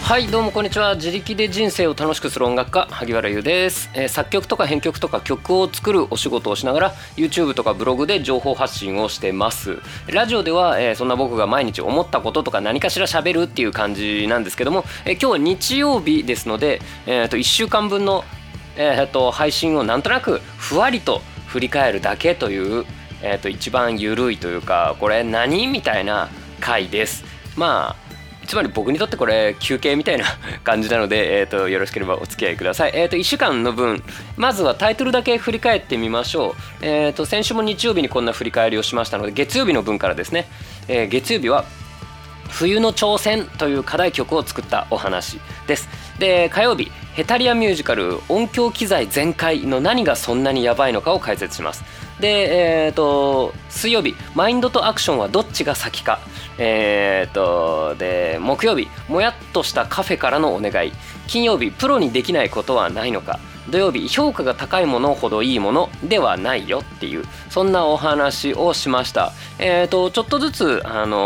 はいどうもこんにちは。自力で人生を楽しくする音楽家萩原優です。作曲とか編曲とか曲を作るお仕事をしながら YouTube とかブログで情報発信をしてます。ラジオでは、そんな僕が毎日思ったこととか何かしら喋るっていう感じなんですけども、今日は日曜日ですので、1週間分の、配信をなんとなくふわりと振り返るだけという、一番ゆるいというかこれ何みたいな回です。つまり僕にとってこれ休憩みたいな感じなので、よろしければお付き合いください。1週間の分まずはタイトルだけ振り返ってみましょう。先週も日曜日にこんな振り返りをしましたので月曜日の分からですね。月曜日は冬の挑戦という課題曲を作ったお話です。で火曜日ヘタリアミュージカル音響機材全開の何がそんなにやばいのかを解説します。で、水曜日マインドとアクションはどっちが先か。で木曜日もやっとしたカフェからのお願い。金曜日プロにできないことはないのか。土曜日評価が高いものほどいいものではないよっていうそんなお話をしました。ちょっとずつ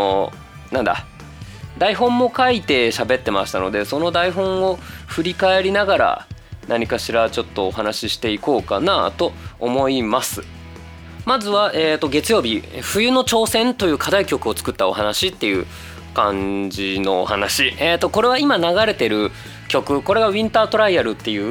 台本も書いて喋ってましたのでその台本を振り返りながら何かしらちょっとお話ししていこうかなと思います。まずは、月曜日冬の挑戦という課題曲を作ったお話っていう感じのお話。これは今流れてる曲これがウィンタートライアルっていう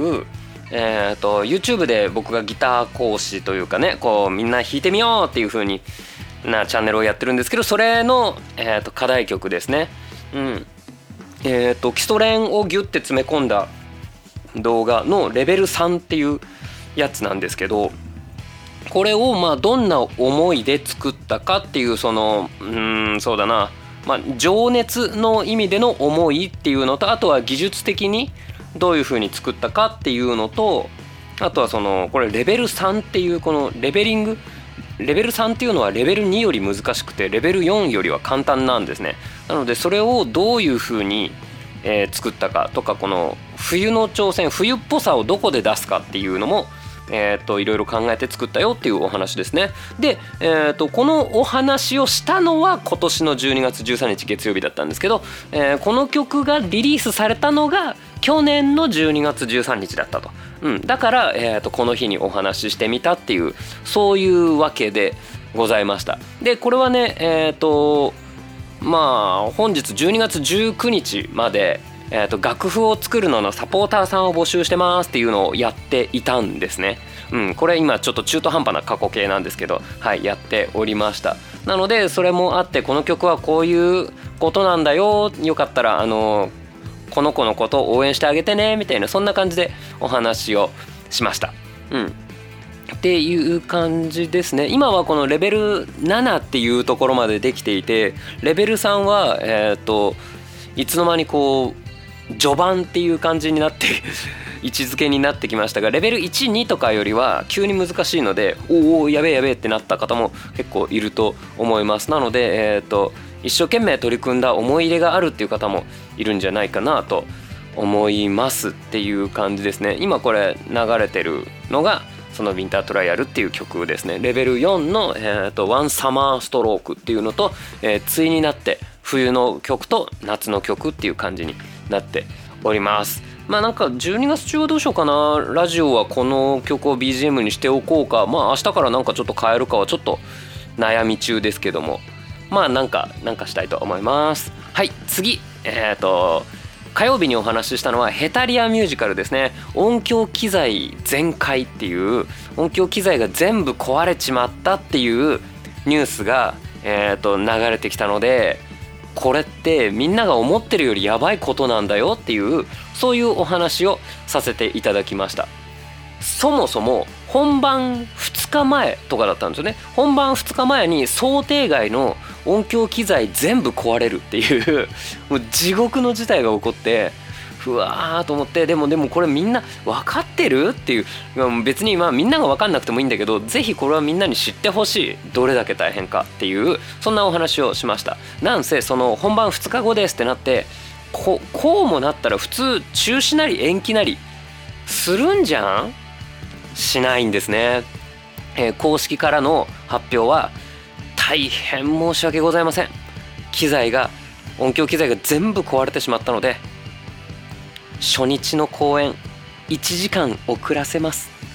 、YouTube で僕がギター講師というかねこうみんな弾いてみようっていう風になチャンネルをやってるんですけどそれの、課題曲ですね。基礎練をギュッて詰め込んだ動画のレベル3っていうやつなんですけどこれをどんな思いで作ったかっていうそうだな情熱の意味での思いっていうのとあとは技術的にどういう風に作ったかっていうのとあとはこれレベル3っていうこのレベリングレベル3っていうのはレベル2より難しくてレベル4よりは簡単なんですね。なのでそれをどういう風に作ったかとかこの冬の挑戦冬っぽさをどこで出すかっていうのもいろいろ考えて作ったよっていうお話ですね。で、このお話をしたのは今年の12月13日月曜日だったんですけど、この曲がリリースされたのが去年の12月13日だったと。だから、この日にお話ししてみたっていうそういうわけでございました。でこれはね本日12月19日まで楽譜を作るののサポーターさんを募集してますっていうのをやっていたんですね。これ今ちょっと中途半端な過去形なんですけどやっておりました。なのでそれもあってこの曲はこういうことなんだよよかったらこの子のことを応援してあげてねみたいなそんな感じでお話をしました。っていう感じですね。今はこのレベル7っていうところまでできていてレベル3はいつの間にこう序盤っていう感じになって位置づけになってきましたがレベル1、2とかよりは急に難しいのでおおやべえやべえってなった方も結構いると思います。なので一生懸命取り組んだ思い入れがあるっていう方もいるんじゃないかなと思いますっていう感じですね。今これ流れてるのがそのウィンタートライアルっていう曲ですね。レベル4のワンサマーストロークっていうのと対になって冬の曲と夏の曲っていう感じになっております。なんか12月中はどうしようかな。ラジオはこの曲を BGM にしておこうか明日からなんかちょっと変えるかはちょっと悩み中ですけどもなんかしたいと思います。はい次火曜日にお話ししたのはヘタリアミュージカルですね。音響機材全開っていう音響機材が全部壊れちまったっていうニュースが流れてきたのでこれってみんなが思ってるよりやばいことなんだよっていうそういうお話をさせていただきました。そもそも本番2日前とかだったんですよね。本番2日前に想定外の音響機材全部壊れるっていうもう地獄の事態が起こってふわーと思ってでもこれみんな分かってるっていう別にみんなが分かんなくてもいいんだけどぜひこれはみんなに知ってほしいどれだけ大変かっていうそんなお話をしました。なんせその本番2日後ですってなってこうもなったら普通中止なり延期なりするんじゃんしないんですね。公式からの発表は大変申し訳ございません。音響機材が全部壊れてしまったので初日の公演1時間遅らせます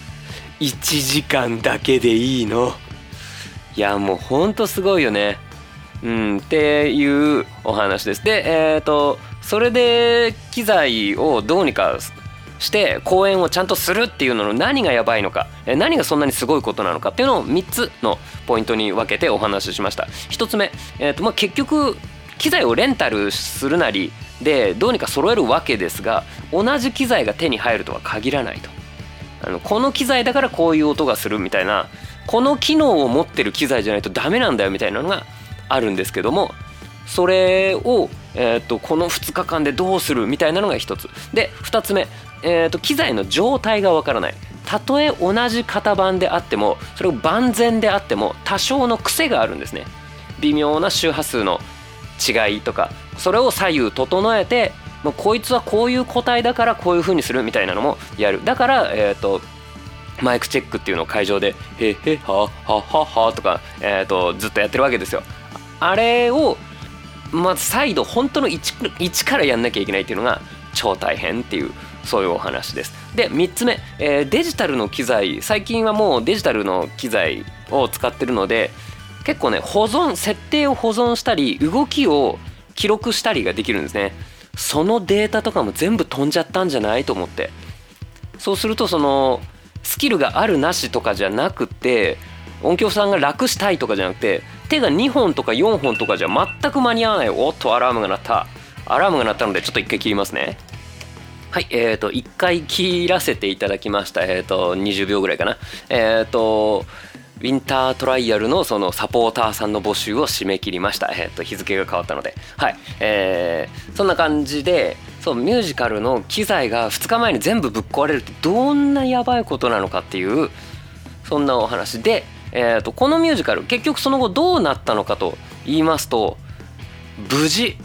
。1時間だけでいいの。いやもうほんとすごいよね。っていうお話です。でそれで機材をどうにかして公演をちゃんとするっていうのの何がやばいのか、何がそんなにすごいことなのかっていうのを3つのポイントに分けてお話ししました。1つ目、結局機材をレンタルするなりでどうにか揃えるわけですが、同じ機材が手に入るとは限らないと。この機材だからこういう音がするみたいな、この機能を持ってる機材じゃないとダメなんだよみたいなのがあるんですけども、それを、この2日間でどうするみたいなのが1つで、2つ目、機材の状態がわからない。たとえ同じ型番であっても、それを万全であっても多少の癖があるんですね。微妙な周波数の違いとか、それを左右整えて、もうこいつはこういう個体だからこういう風にするみたいなのもやる。だからマイクチェックっていうのを会場でへへははははとか、ずっとやってるわけですよ。あれをまず再度本当の一からやんなきゃいけないっていうのが超大変っていう、そういうお話です。で3つ目、デジタルの機材、最近はもうデジタルの機材を使ってるので、結構ね設定を保存したり動きを記録したりができるんですね。そのデータとかも全部飛んじゃったんじゃないと思って、そうするとそのスキルがあるなしとかじゃなくて、音響さんが楽したいとかじゃなくて、手が2本とか4本とかじゃ全く間に合わない。おっとアラームが鳴ったのでちょっと一回切りますね。はい、一回切らせていただきました。20秒ぐらいかな。ウィンタートライアルのそのサポーターさんの募集を締め切りました。日付が変わったので、はい、そんな感じで、そうミュージカルの機材が2日前に全部ぶっ壊れるってどんなやばいことなのかっていう、そんなお話で、このミュージカル結局その後どうなったのかと言いますと、無事、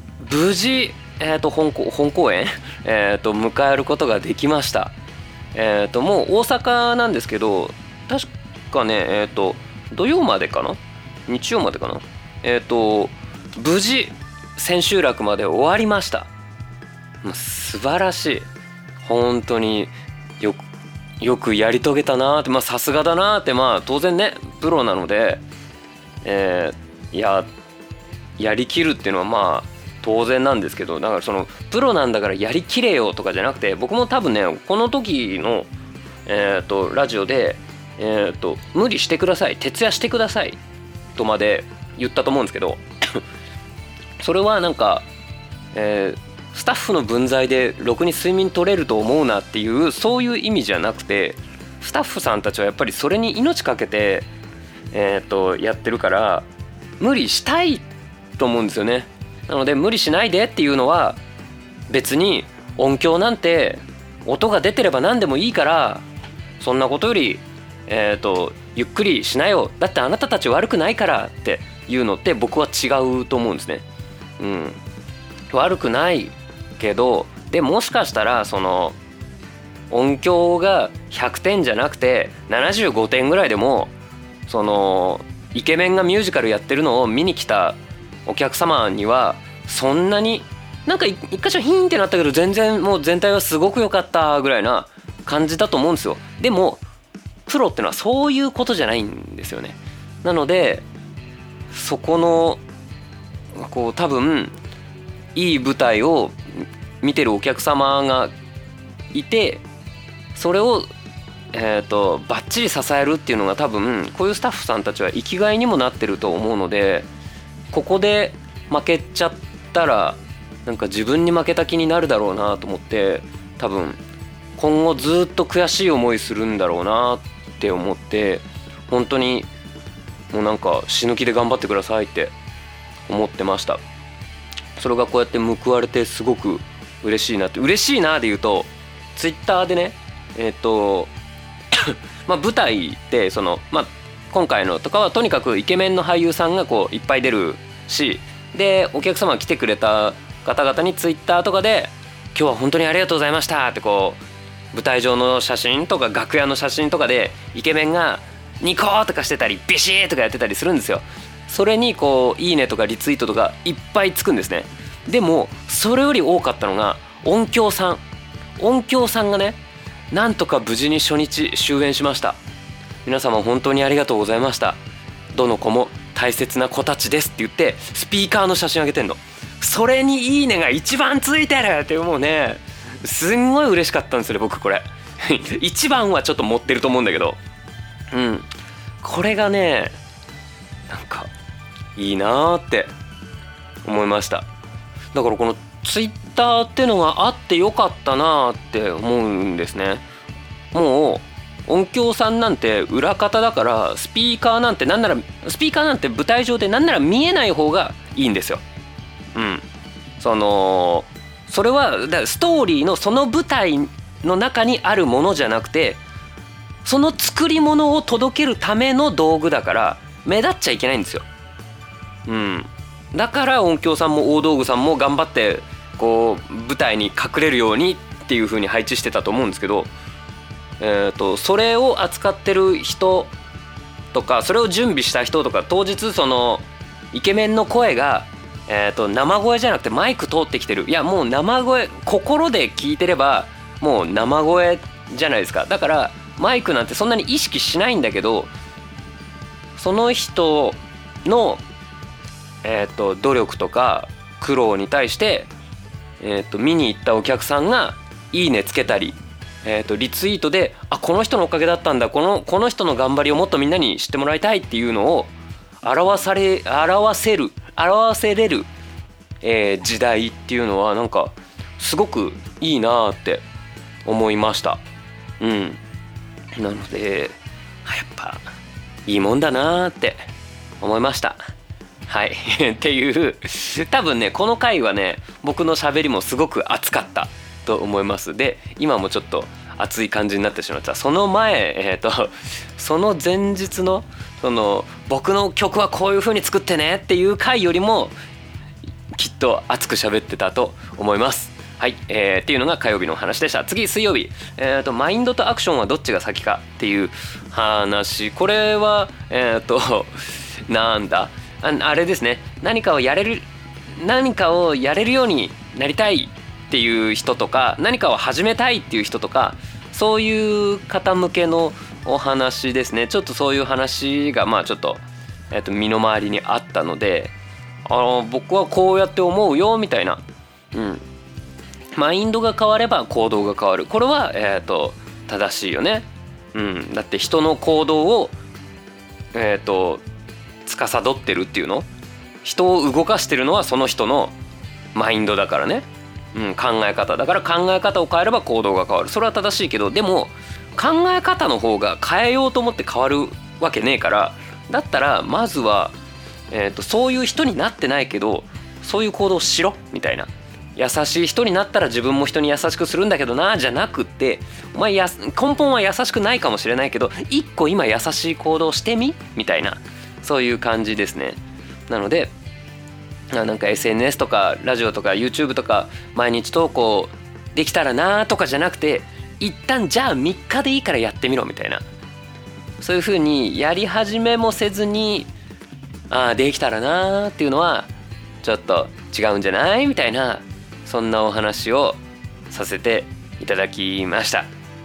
本公演、迎えることができました。もう大阪なんですけど、確かね、土曜までかな、日曜までかな、無事千秋楽まで終わりました。もう素晴らしい、本当によくやり遂げたなって、さすがだなって、当然ねプロなので、やりきるっていうのは当然なんですけど、だからそのプロなんだからやりきれよとかじゃなくて、僕も多分ねこの時のラジオで無理してください、徹夜してくださいとまで言ったと思うんですけどそれはなんか、スタッフの分際でろくに睡眠取れると思うなっていう、そういう意味じゃなくて、スタッフさんたちはやっぱりそれに命かけて、やってるから無理したいと思うんですよね。なので無理しないでっていうのは、別に音響なんて音が出てれば何でもいいから、そんなことよりゆっくりしなよ、だってあなたたち悪くないからっていうのって僕は違うと思うんですね。悪くないけど、でもしかしたらその音響が100点じゃなくて75点ぐらいでも、そのイケメンがミュージカルやってるのを見に来たお客様にはそんなになんか一箇所ヒーンってなったけど全然もう全体はすごく良かったぐらいな感じだと思うんですよ。でもプロってのはそういうことじゃないんですよね。なのでそこのこう多分いい舞台を見てるお客様がいて、それをバッチリ支えるっていうのが多分こういうスタッフさんたちは生きがいにもなってると思うので、ここで負けちゃったらなんか自分に負けた気になるだろうなと思って、多分今後ずっと悔しい思いするんだろうなって思って、本当にもうなんか死ぬ気で頑張ってくださいって思ってました。それがこうやって報われてすごく嬉しいなって。嬉しいなで言うと、ツイッターでね舞台ってその今回のとかはとにかくイケメンの俳優さんがこういっぱい出るし、でお客様が来てくれた方々にツイッターとかで今日は本当にありがとうございましたってこう舞台上の写真とか楽屋の写真とかでイケメンがニコーとかしてたりビシーとかやってたりするんですよ。それにこういいねとかリツイートとかいっぱいつくんですね。でもそれより多かったのが音響さん音響さんがねなんとか無事に初日終演しました。皆様本当にありがとうございました。どの子も大切な子たちですって言ってスピーカーの写真あげてんの。それにいいねが一番ついてるってもうねすんごい嬉しかったんですよ僕これ一番はちょっと持ってると思うんだけど、これがねなんかいいなーって思いました。だからこのツイッターってのがあってよかったなーって思うんですね。もう音響さんなんて裏方だからスピーカーなんて舞台上でなんなら見えない方がいいんですよ。それはストーリーのその舞台の中にあるものじゃなくてその作り物を届けるための道具だから目立っちゃいけないんですよ。だから音響さんも大道具さんも頑張ってこう舞台に隠れるようにっていう風に配置してたと思うんですけど、それを扱ってる人とかそれを準備した人とか当日そのイケメンの声が、生声じゃなくてマイク通ってきてる。いやもう生声心で聞いてればもう生声じゃないですか。だからマイクなんてそんなに意識しないんだけどその人の、努力とか苦労に対して、見に行ったお客さんがいいねつけたり、リツイートでこの人のおかげだったんだこの人の頑張りをもっとみんなに知ってもらいたいっていうのを表せれる、時代っていうのはなんかすごくいいなって思いました。なのでやっぱいいもんだなって思いました。はいっていう多分ねこの回はね僕の喋りもすごく熱かったと思います。で今もちょっと熱い感じになってしまった。その前その前日のその僕の曲はこういう風に作ってねっていう回よりもきっと熱く喋ってたと思います。はい、っていうのが火曜日の話でした。次水曜日、マインドとアクションはどっちが先かっていう話。これはなんだあれですね。何かをやれるようになりたいっていう人とか何かを始めたいっていう人とかそういう方向けのお話ですね。ちょっとそういう話がちょっと、身の回りにあったので僕はこうやって思うよみたいな、マインドが変われば行動が変わる。これは、正しいよね。だって人の行動を司ってるっていうの人を動かしてるのはその人のマインドだからね。考え方だから考え方を変えれば行動が変わる。それは正しいけどでも考え方の方が変えようと思って変わるわけねえからだったらまずは、そういう人になってないけどそういう行動をしろみたいな。優しい人になったら自分も人に優しくするんだけどなじゃなくってお前根本は優しくないかもしれないけど一個今優しい行動してみみたいなそういう感じですね。なのでなんか SNS とかラジオとか YouTube とか毎日投稿できたらなとかじゃなくて一旦じゃあ3日でいいからやってみろみたいなそういう風にやり始めもせずにできたらなっていうのはちょっと違うんじゃないみたいなそんなお話をさせていただきました。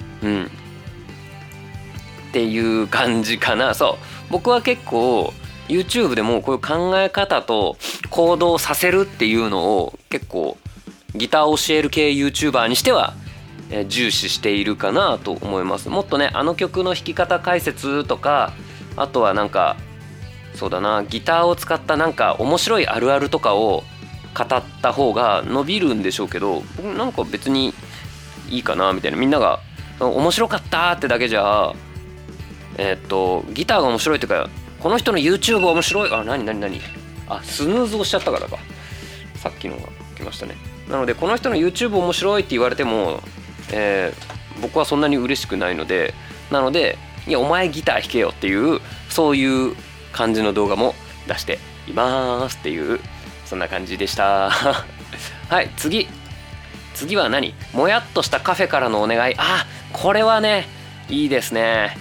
っていう感じかな。そう僕は結構 YouTube でもこういう考え方と行動させるっていうのを結構ギターを教える系 YouTuber にしては重視しているかなと思います。もっとねあの曲の弾き方解説とかあとはなんかそうだなギターを使ったなんか面白いあるあるとかを語った方が伸びるんでしょうけど僕なんか別にいいかなみたいな。みんなが面白かったってだけじゃギターが面白いっていうかこの人の YouTube 面白い何スヌーズをしちゃったからかさっきのが来ましたね。なのでこの人の YouTube 面白いって言われても、僕はそんなに嬉しくないのでなのでいやお前ギター弾けよっていうそういう感じの動画も出していますっていうそんな感じでしたはい次は何もやっとしたカフェからのお願い。これはねいいですね。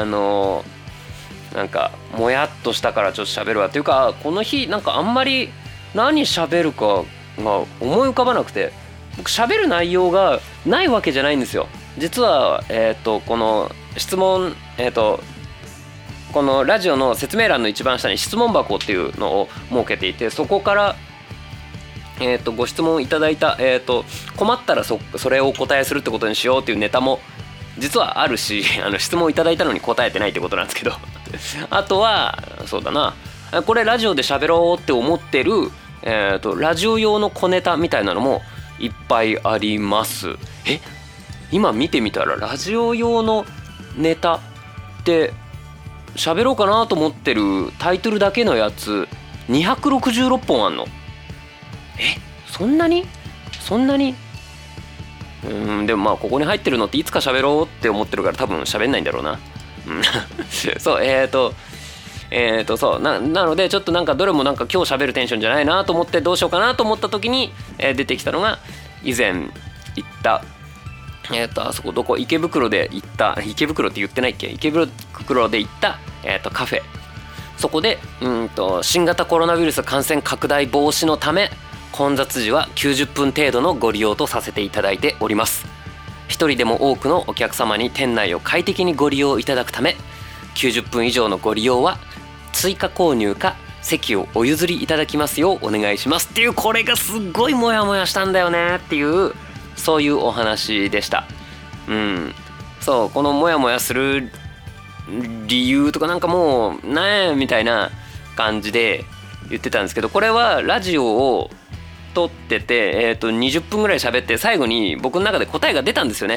なんかもやっとしたからちょっと喋るわっていうかこの日なんかあんまり何喋るかが思い浮かばなくて僕喋る内容がないわけじゃないんですよ。実はこの質問このラジオの説明欄の一番下に質問箱っていうのを設けていて、そこからご質問いただいた困ったらそれをお答えするってことにしようっていうネタも実はあるし、質問いただいたのに答えてないってことなんですけどあとはそうだな、これラジオで喋ろうって思ってるラジオ用の小ネタみたいなのもいっぱいあります。今見てみたらラジオ用のネタって喋ろうかなと思ってるタイトルだけのやつ266本あんの。そんなにでもまあここに入ってるのっていつか喋ろうって思ってるから多分喋んないんだろうなそうそうなのでちょっとなんかどれもなんか今日喋るテンションじゃないなと思ってどうしようかなと思った時に、出てきたのが以前行ったあそこどこ池袋で行った池袋って言ってないっけ池袋で行った、カフェ、そこで新型コロナウイルス感染拡大防止のため混雑時は90分程度のご利用とさせていただいております。一人でも多くのお客様に店内を快適にご利用いただくため90分以上のご利用は追加購入か席をお譲りいただきますようお願いしますっていう、これがすっごいモヤモヤしたんだよねっていうそういうお話でした。そうこのモヤモヤする理由とかなんかもうねみたいな感じで言ってたんですけど、これはラジオを撮ってて、20分ぐらい喋って最後に僕の中で答えが出たんですよね。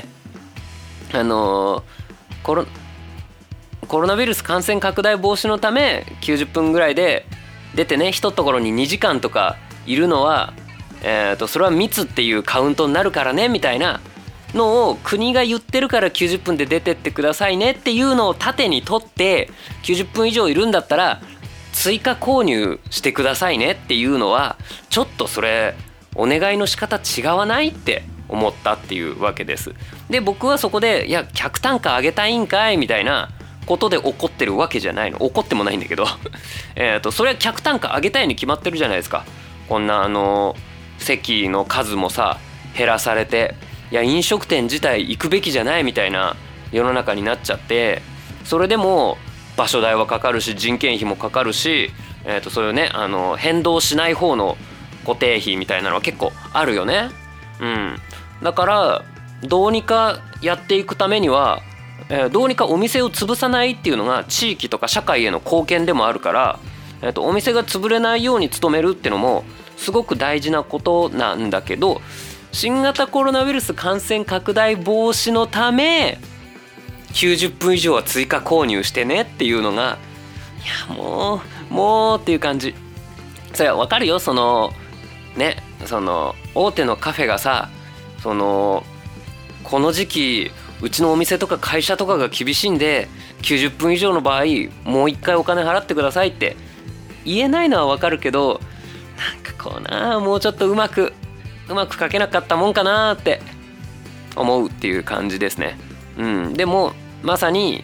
コロナウイルス感染拡大防止のため90分ぐらいで出てね、一ところに2時間とかいるのは、それは密っていうカウントになるからねみたいなのを国が言ってるから90分で出てってくださいねっていうのを盾にとって、90分以上いるんだったら追加購入してくださいねっていうのはちょっとそれお願いの仕方違わないって思ったっていうわけです。で僕はそこでいや客単価上げたいんかいみたいなことで怒ってるわけじゃないの。怒ってもないんだけどそれは客単価上げたいに決まってるじゃないですか。こんな席の数もさ減らされて、いや飲食店自体行くべきじゃないみたいな世の中になっちゃって、それでも場所代はかかるし人件費もかかるし、それをね変動しない方の固定費みたいなのは結構あるよね。だからどうにかやっていくためには、どうにかお店を潰さないっていうのが地域とか社会への貢献でもあるから、お店が潰れないように努めるっていうのもすごく大事なことなんだけど、新型コロナウイルス感染拡大防止のため90分以上は追加購入してねっていうのが、いやもうっていう感じ。それはわかるよ。その大手のカフェがさ、この時期うちのお店とか会社とかが厳しいんで90分以上の場合もう一回お金払ってくださいって言えないのはわかるけど、なんかこうもうちょっとうまく書けなかったもんかなって思うっていう感じですね。でもまさに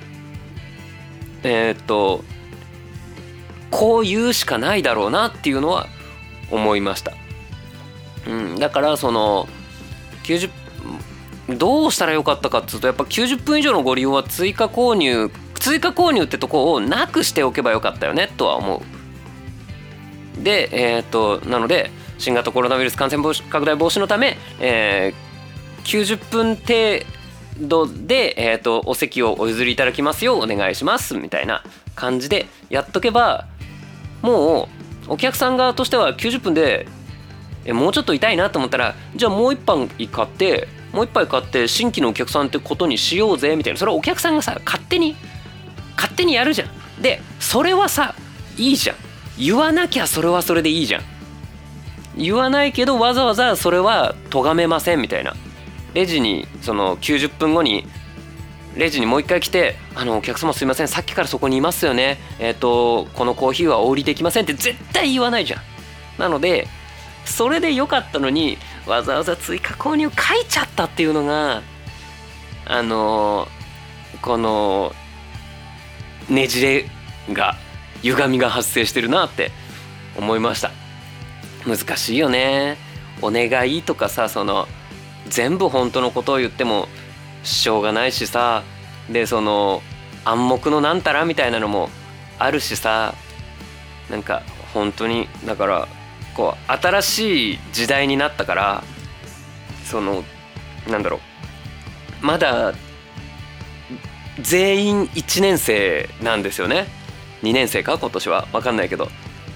こう言うしかないだろうなっていうのは思いました。だから90どうしたらよかったかっつうと、やっぱ90分以上のご利用は追加購入ってとこをなくしておけばよかったよねとは思う。でなので新型コロナウイルス感染拡大防止のため、90分程度で、お席をお譲りいただきますようお願いしますみたいな感じでやっとけば、もうお客さん側としては90分でもうちょっと痛いなと思ったら、じゃあもう一杯買って新規のお客さんってことにしようぜみたいな、それはお客さんがさ勝手にやるじゃん。でそれはさいいじゃん。言わなきゃそれはそれでいいじゃん。言わないけどわざわざそれは咎めませんみたいな。レジに90分後にレジにもう一回来てお客様すいませんさっきからそこにいますよね、このコーヒーはお売りできませんって絶対言わないじゃん。なのでそれでよかったのにわざわざ追加購入書いちゃったっていうのがこのねじれが歪みが発生してるなって思いました。難しいよね。お願いとかさ全部本当のことを言ってもしょうがないしさ、でその暗黙のなんたらみたいなのもあるしさ、なんか本当にだからこう新しい時代になったから、そのなんだろう、まだ全員1年生なんですよね。2年生か今年は分かんないけど、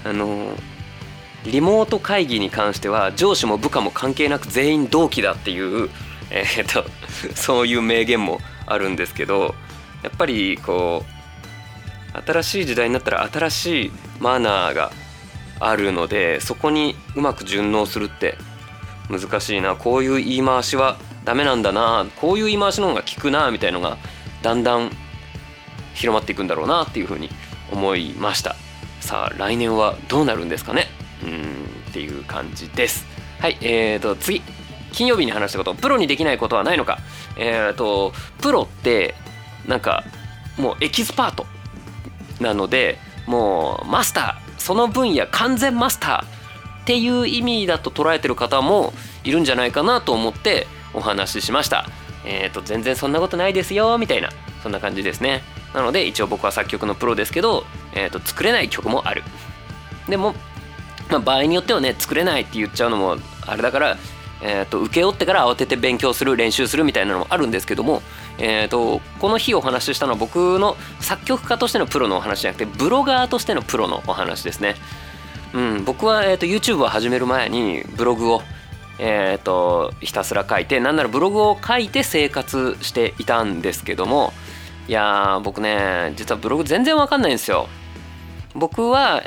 リモート会議に関しては上司も部下も関係なく全員同期だっていう、そういう名言もあるんですけど、やっぱりこう新しい時代になったら新しいマナーがあるので、そこにうまく順応するって難しいな、こういう言い回しはダメなんだな、こういう言い回しの方が効くなみたいのがだんだん広まっていくんだろうなっていうふうに思いました。さあ来年はどうなるんですかね、っていう感じです。はい、次、金曜日に話したこと、プロにできないことはないのか。プロってなんかもうエキスパートなので、もうマスター、その分野完全マスターっていう意味だと捉えてる方もいるんじゃないかなと思ってお話ししました。全然そんなことないですよみたいな、そんな感じですね。なので一応僕は作曲のプロですけど、作れない曲もある。でも、場合によってはね、作れないって言っちゃうのもあれだから、請け負ってから慌てて勉強する、練習するみたいなのもあるんですけども、この日お話ししたのは僕の作曲家としてのプロのお話じゃなくて、ブロガーとしてのプロのお話ですね。僕は、YouTube を始める前にブログを、ひたすら書いて、なんならブログを書いて生活していたんですけども、いやー僕ね、実はブログ全然わかんないんですよ。僕は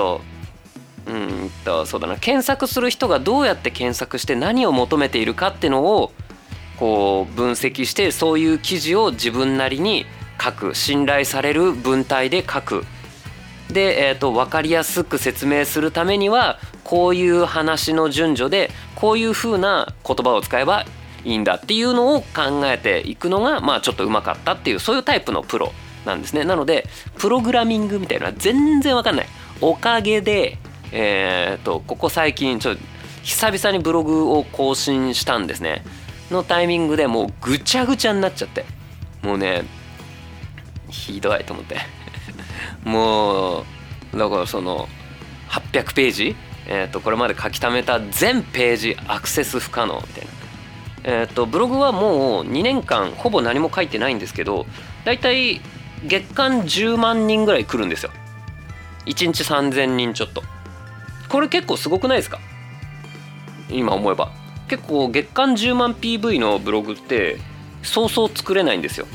そうだな、検索する人がどうやって検索して何を求めているかっていうのをこう分析して、そういう記事を自分なりに書く、信頼される文体で書く。で、分かりやすく説明するためにはこういう話の順序でこういう風な言葉を使えばいいんだっていうのを考えていくのが、ちょっとうまかったっていう、そういうタイプのプロなんですね。なのでプログラミングみたいなのは全然わかんない。おかげでここ最近久々にブログを更新したんですね。のタイミングでもうぐちゃぐちゃになっちゃって、もうねひどいと思ってもうだからその800ページ、これまで書き溜めた全ページアクセス不可能みたいな。ブログはもう2年間ほぼ何も書いてないんですけど、だいたい月間10万人ぐらい来るんですよ。1日3000人ちょっと。これ結構すごくないですか？今思えば結構月間10万 PV のブログってそうそう作れないんですよ。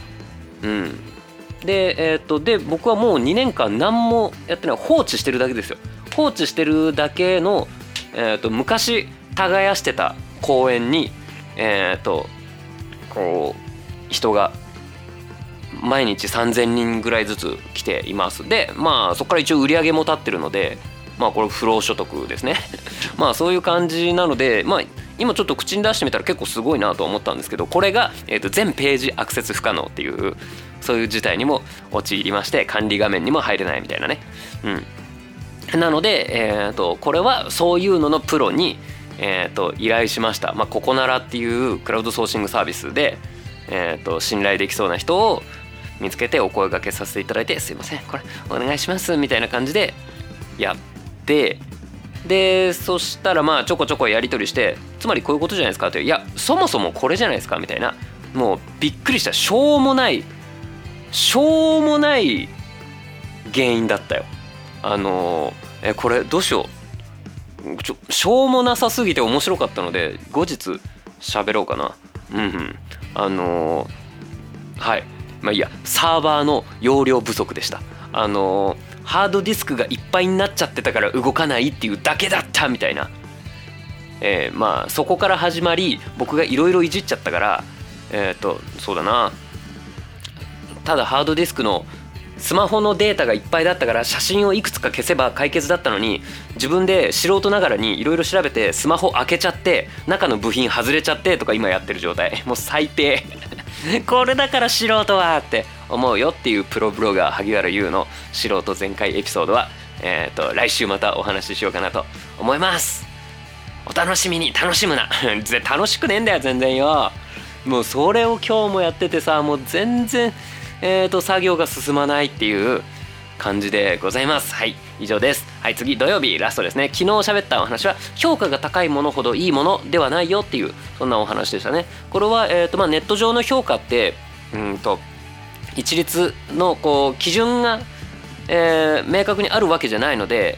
で、僕はもう2年間何もやってない、放置してるだけですよ。放置してるだけの、昔耕してた公園にこう人が毎日3000人ぐらいずつ来ています。でそこから一応売り上げも立ってるので、これ不労所得ですねそういう感じなので、今ちょっと口に出してみたら結構すごいなと思ったんですけど、これが、全ページアクセス不可能っていうそういう事態にも陥りまして、管理画面にも入れないみたいなね。なので、これはそういうののプロに、依頼しました。ココナラっていうクラウドソーシングサービスで、信頼できそうな人を見つけてお声掛けさせていただいて、すいませんこれお願いしますみたいな感じでやって、でそしたらちょこちょこやり取りして、つまりこういうことじゃないですかって、いやそもそもこれじゃないですかみたいな、もうびっくりした、しょうもない原因だったよ。これどうしよう、しょうもなさすぎて面白かったので後日喋ろうかな。はいいいや、サーバーの容量不足でした。ハードディスクがいっぱいになっちゃってたから動かないっていうだけだったみたいな。そこから始まり、僕がいろいろいじっちゃったから、そうだな、ただハードディスクのスマホのデータがいっぱいだったから写真をいくつか消せば解決だったのに、自分で素人ながらにいろいろ調べてスマホ開けちゃって中の部品外れちゃってとか今やってる状態。もう最低これだから素人はって思うよっていうプロブロガー萩原優の素人全開エピソードは、来週またお話ししようかなと思います。 お楽しみに楽しむな楽しくねえんだよ全然よ。もうそれを今日もやっててさ、もう全然作業が進まないっていう感じでございます。はい、以上です。はい、次土曜日ラストですね。昨日喋ったお話は評価が高いものほどいいものではないよっていう、そんなお話でしたね。これはネット上の評価って一律のこう基準が、明確にあるわけじゃないので、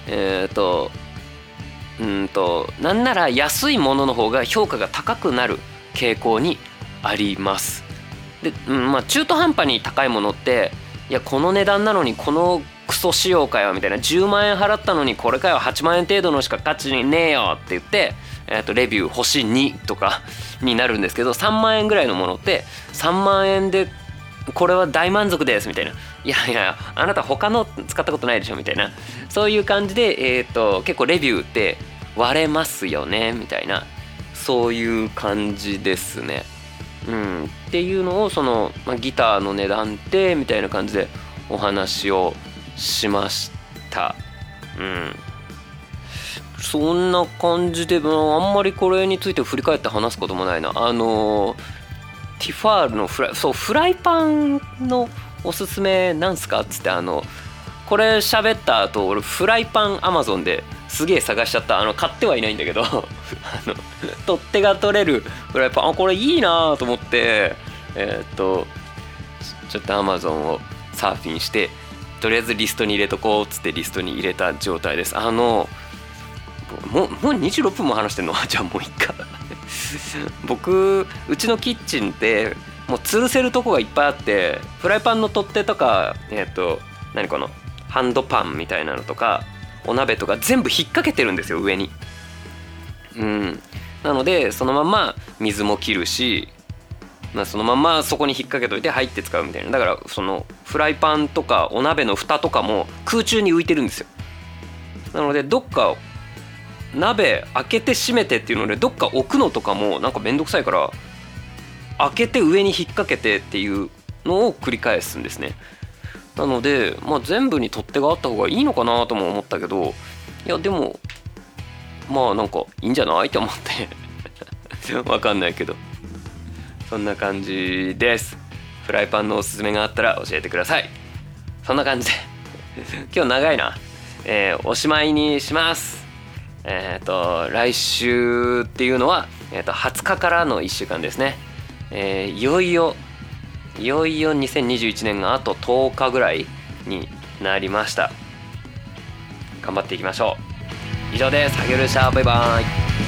なんなら安いものの方が評価が高くなる傾向にあります。で、中途半端に高いものって、いやこの値段なのにこのクソ仕様かよみたいな、10万円払ったのにこれかよ、8万円程度のしか価値ねえよって言って、レビュー星2とかになるんですけど、3万円ぐらいのものって3万円でこれは大満足ですみたいな、いやいやあなた他の使ったことないでしょみたいな、そういう感じで、結構レビューって割れますよねみたいな、そういう感じですね。っていうのをギターの値段ってみたいな感じでお話をしました。そんな感じで、あんまりこれについて振り返って話すこともないな。ティファールのフライパンのおすすめなんすかっつって、これ喋った後俺フライパン Amazon ですげえ探しちゃった。買ってはいないんだけど取っ手が取れるフライパン、これいいなと思って、ちょっと Amazon をサーフィンして、とりあえずリストに入れとこうっつってリストに入れた状態です。もう26分も話してんのじゃあもういいか僕うちのキッチンってもう吊るせるとこがいっぱいあって、フライパンの取っ手とか何このハンドパンみたいなのとかお鍋とか全部引っ掛けてるんですよ上に。なのでそのまま水も切るし、そのままそこに引っ掛けといて入って使うみたいな。だからそのフライパンとかお鍋の蓋とかも空中に浮いてるんですよ。なのでどっか鍋開けて閉めてっていうのでどっか置くのとかもなんかめんどくさいから、開けて上に引っ掛けてっていうのを繰り返すんですね。なので全部に取っ手があった方がいいのかなとも思ったけど、いやでもなんかいいんじゃないって思ってわかんないけど、そんな感じです。フライパンのおすすめがあったら教えてください。そんな感じで今日長いな、おしまいにします。来週っていうのは、20日からの1週間ですね。いよいよ2021年があと10日ぐらいになりました。頑張っていきましょう。以上です。ハゲルシャー、バイバイ。